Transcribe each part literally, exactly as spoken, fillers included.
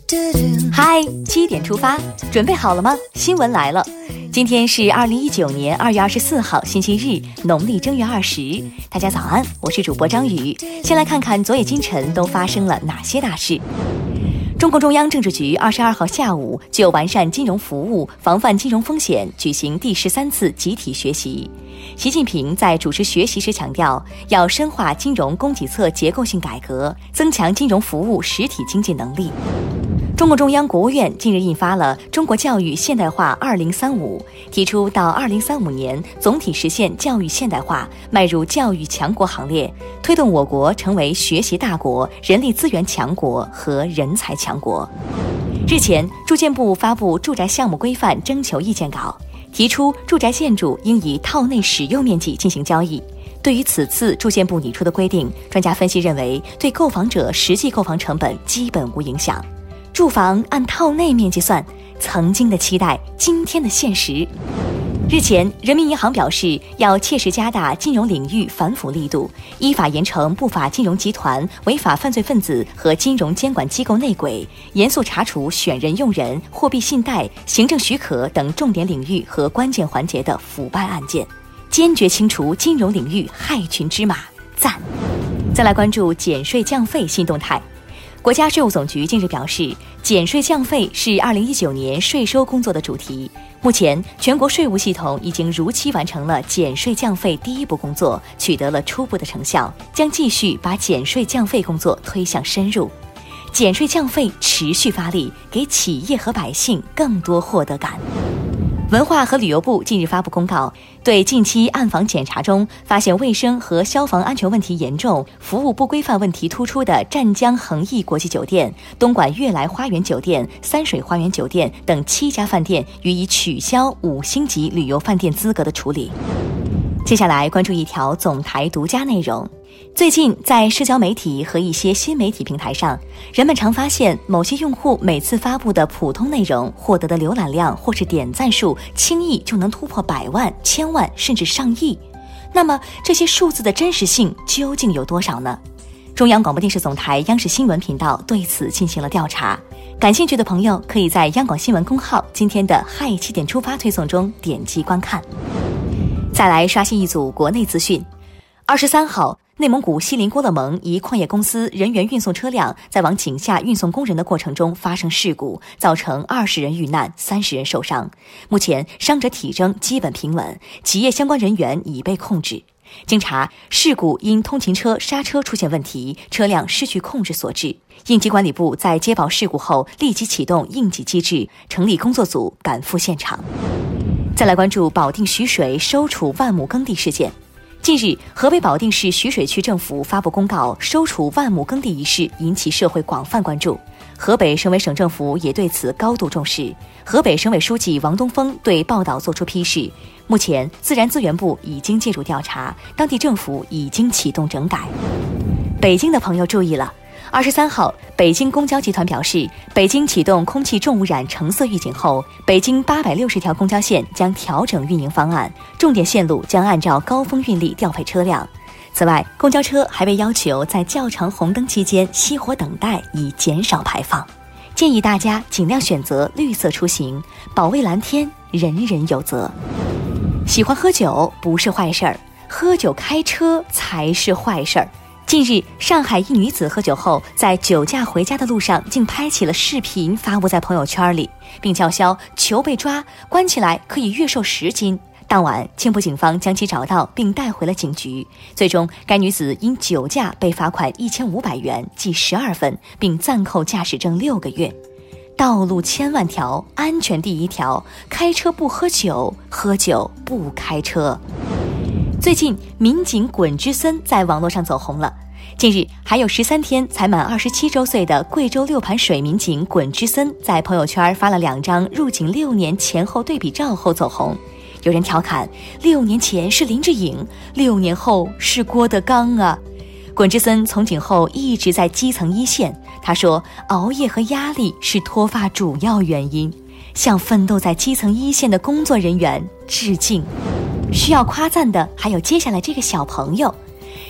嗨，七点出发，准备好了吗？新闻来了。今天是二零一九年二月二十四号，星期日，农历正月二十。大家早安，我是主播张宇。先来看看昨夜今晨都发生了哪些大事。中共中央政治局二十二号下午就完善金融服务、防范金融风险举行第十三次集体学习。习近平在主持学习时强调，要深化金融供给侧结构性改革，增强金融服务实体经济能力。中共中央、国务院近日印发了《中国教育现代化二零三五》，提出到二零三五年总体实现教育现代化，迈入教育强国行列，推动我国成为学习大国、人力资源强国和人才强国。日前，住建部发布住宅项目规范征求意见稿，提出住宅建筑应以套内使用面积进行交易。对于此次住建部拟出的规定，专家分析认为，对购房者实际购房成本基本无影响。住房按套内面积算，曾经的期待，今天的现实。日前，人民银行表示，要切实加大金融领域反腐力度，依法严惩不法金融集团、违法犯罪分子和金融监管机构内鬼，严肃查处选人用人、货币信贷、行政许可等重点领域和关键环节的腐败案件，坚决清除金融领域害群之马。赞！再来关注减税降费新动态。国家税务总局近日表示，减税降费是二零一九年税收工作的主题。目前，全国税务系统已经如期完成了减税降费第一步工作，取得了初步的成效，将继续把减税降费工作推向深入。减税降费持续发力，给企业和百姓更多获得感。文化和旅游部近日发布公告，对近期暗访检查中发现卫生和消防安全问题严重、服务不规范问题突出的湛江恒逸国际酒店、东莞悦来花园酒店、三水花园酒店等七家饭店予以取消五星级旅游饭店资格的处理。接下来关注一条总台独家内容。最近在社交媒体和一些新媒体平台上，人们常发现某些用户每次发布的普通内容获得的浏览量或是点赞数轻易就能突破百万、千万甚至上亿。那么这些数字的真实性究竟有多少呢？中央广播电视总台央视新闻频道对此进行了调查，感兴趣的朋友可以在央广新闻公号今天的嗨七点出发推送中点击观看。再来刷新一组国内资讯。二十三号，内蒙古锡林郭勒盟一矿业公司人员运送车辆在往井下运送工人的过程中发生事故，造成二十人遇难，三十人受伤。目前伤者体征基本平稳，企业相关人员已被控制。经查，事故因通勤车刹车出现问题，车辆失去控制所致。应急管理部在接报事故后立即启动应急机制，成立工作组赶赴现场。再来关注保定徐水收储万亩耕地事件。近日，河北保定市徐水区政府发布公告，收储万亩耕地一事引起社会广泛关注。河北省委省政府也对此高度重视。河北省委书记王东峰对报道作出批示。目前，自然资源部已经介入调查，当地政府已经启动整改。北京的朋友注意了。二十三号，北京公交集团表示，北京启动空气重污染橙色预警后，北京八百六十条公交线将调整运营方案，重点线路将按照高峰运力调配车辆。此外，公交车还被要求在较长红灯期间熄火等待，以减少排放。建议大家尽量选择绿色出行，保卫蓝天，人人有责。喜欢喝酒不是坏事儿，喝酒开车才是坏事儿。近日，上海一女子喝酒后，在酒驾回家的路上，竟拍起了视频发布在朋友圈里，并叫嚣求被抓，关起来可以月瘦十斤。当晚，青浦警方将其找到并带回了警局。最终，该女子因酒驾被罚款一千五百元，记十二分，并暂扣驾驶证六个月。道路千万条，安全第一条，开车不喝酒，喝酒不开车。最近，民警滚之森在网络上走红了。近日，还有十三天才满二十七周岁的贵州六盘水民警滚之森在朋友圈发了两张入警六年前后对比照后走红。有人调侃，六年前是林志颖，六年后是郭德纲啊。滚之森从警后一直在基层一线，他说熬夜和压力是脱发主要原因，向奋斗在基层一线的工作人员致敬。需要夸赞的还有接下来这个小朋友。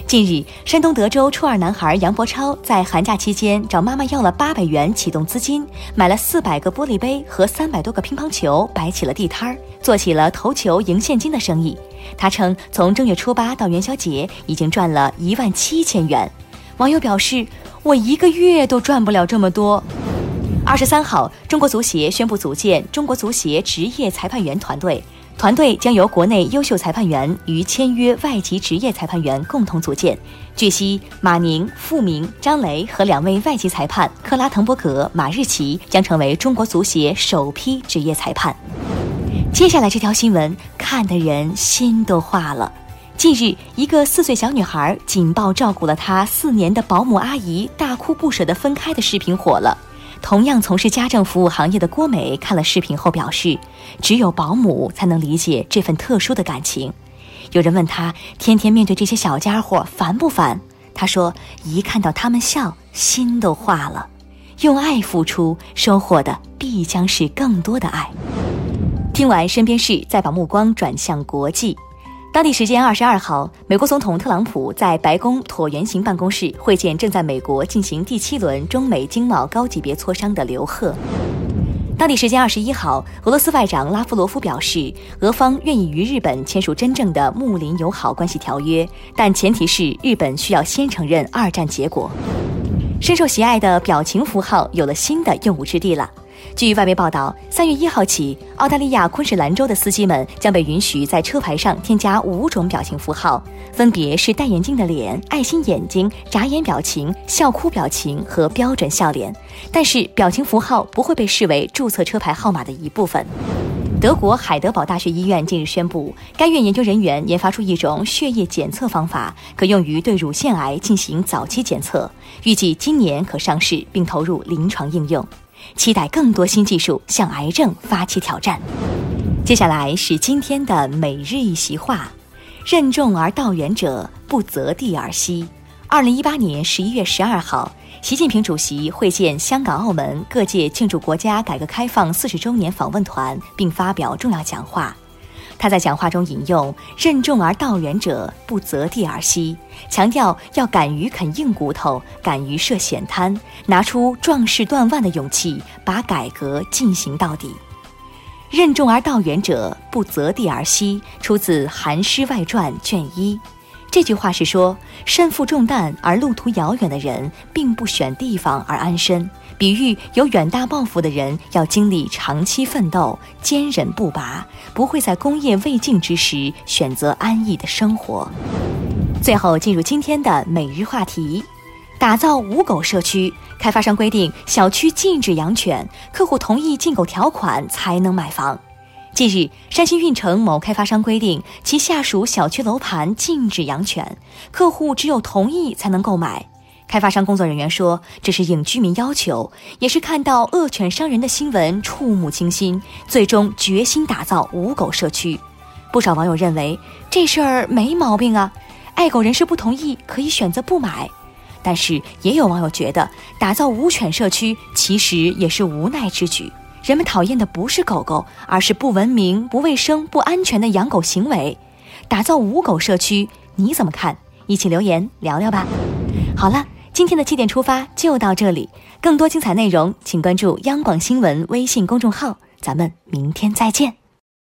近日，山东德州初二男孩杨博超在寒假期间找妈妈要了八百元启动资金，买了四百个玻璃杯和三百多个乒乓球，摆起了地摊儿，做起了投球赢现金的生意。他称，从正月初八到元宵节，已经赚了一万七千元。网友表示，我一个月都赚不了这么多。二十三号，中国足协宣布组建中国足协职业裁判员团队。团队将由国内优秀裁判员与签约外籍职业裁判员共同组建。据悉，马宁、傅明、张雷和两位外籍裁判克拉滕伯格、马日奇将成为中国足协首批职业裁判。接下来这条新闻看得人心都化了。近日，一个四岁小女孩紧抱照顾了她四年的保姆阿姨，大哭不舍地分开的视频火了。同样从事家政服务行业的郭美看了视频后表示，只有保姆才能理解这份特殊的感情。有人问她，天天面对这些小家伙烦不烦？她说，一看到他们笑，心都化了。用爱付出，收获的必将是更多的爱。听完身边事，再把目光转向国际。当地时间二十二号，美国总统特朗普在白宫椭圆形办公室会见正在美国进行第七轮中美经贸高级别磋商的刘鹤。当地时间二十一号，俄罗斯外长拉夫罗夫表示，俄方愿意与日本签署真正的睦邻友好关系条约，但前提是日本需要先承认二战结果。深受喜爱的表情符号有了新的用武之地了。据外媒报道，三月一号起，澳大利亚昆士兰州的司机们将被允许在车牌上添加五种表情符号，分别是戴眼镜的脸、爱心眼睛、眨眼表情、笑哭表情和标准笑脸。但是，表情符号不会被视为注册车牌号码的一部分。德国海德堡大学医院近日宣布，该院研究人员研发出一种血液检测方法，可用于对乳腺癌进行早期检测，预计今年可上市并投入临床应用。期待更多新技术向癌症发起挑战。接下来是今天的每日一席话：任重而道远者，不择地而息。二零一八年十一月十二号，习近平主席会见香港、澳门各界庆祝国家改革开放四十周年访问团，并发表重要讲话。他在讲话中引用“任重而道远者，不择地而息”，强调要敢于啃硬骨头，敢于涉险滩，拿出壮士断腕的勇气，把改革进行到底。任重而道远者，不择地而息，出自《韩诗外传》卷一。这句话是说，身负重担而路途遥远的人，并不选地方而安身，比喻有远大抱负的人要经历长期奋斗，坚韧不拔，不会在功业未尽之时选择安逸的生活。最后进入今天的每日话题：打造无狗社区，开发商规定小区禁止养犬，客户同意禁狗条款才能买房。近日，山西运城某开发商规定其下属小区楼盘禁止养犬，客户只有同意才能购买。开发商工作人员说，这是应居民要求，也是看到恶犬伤人的新闻触目惊心，最终决心打造无狗社区。不少网友认为这事儿没毛病啊，爱狗人士不同意可以选择不买。但是也有网友觉得打造无犬社区其实也是无奈之举，人们讨厌的不是狗狗，而是不文明、不卫生、不安全的养狗行为。打造无狗社区，你怎么看？一起留言聊聊吧。好了，今天的七点出发就到这里，更多精彩内容请关注央广新闻微信公众号，咱们明天再见。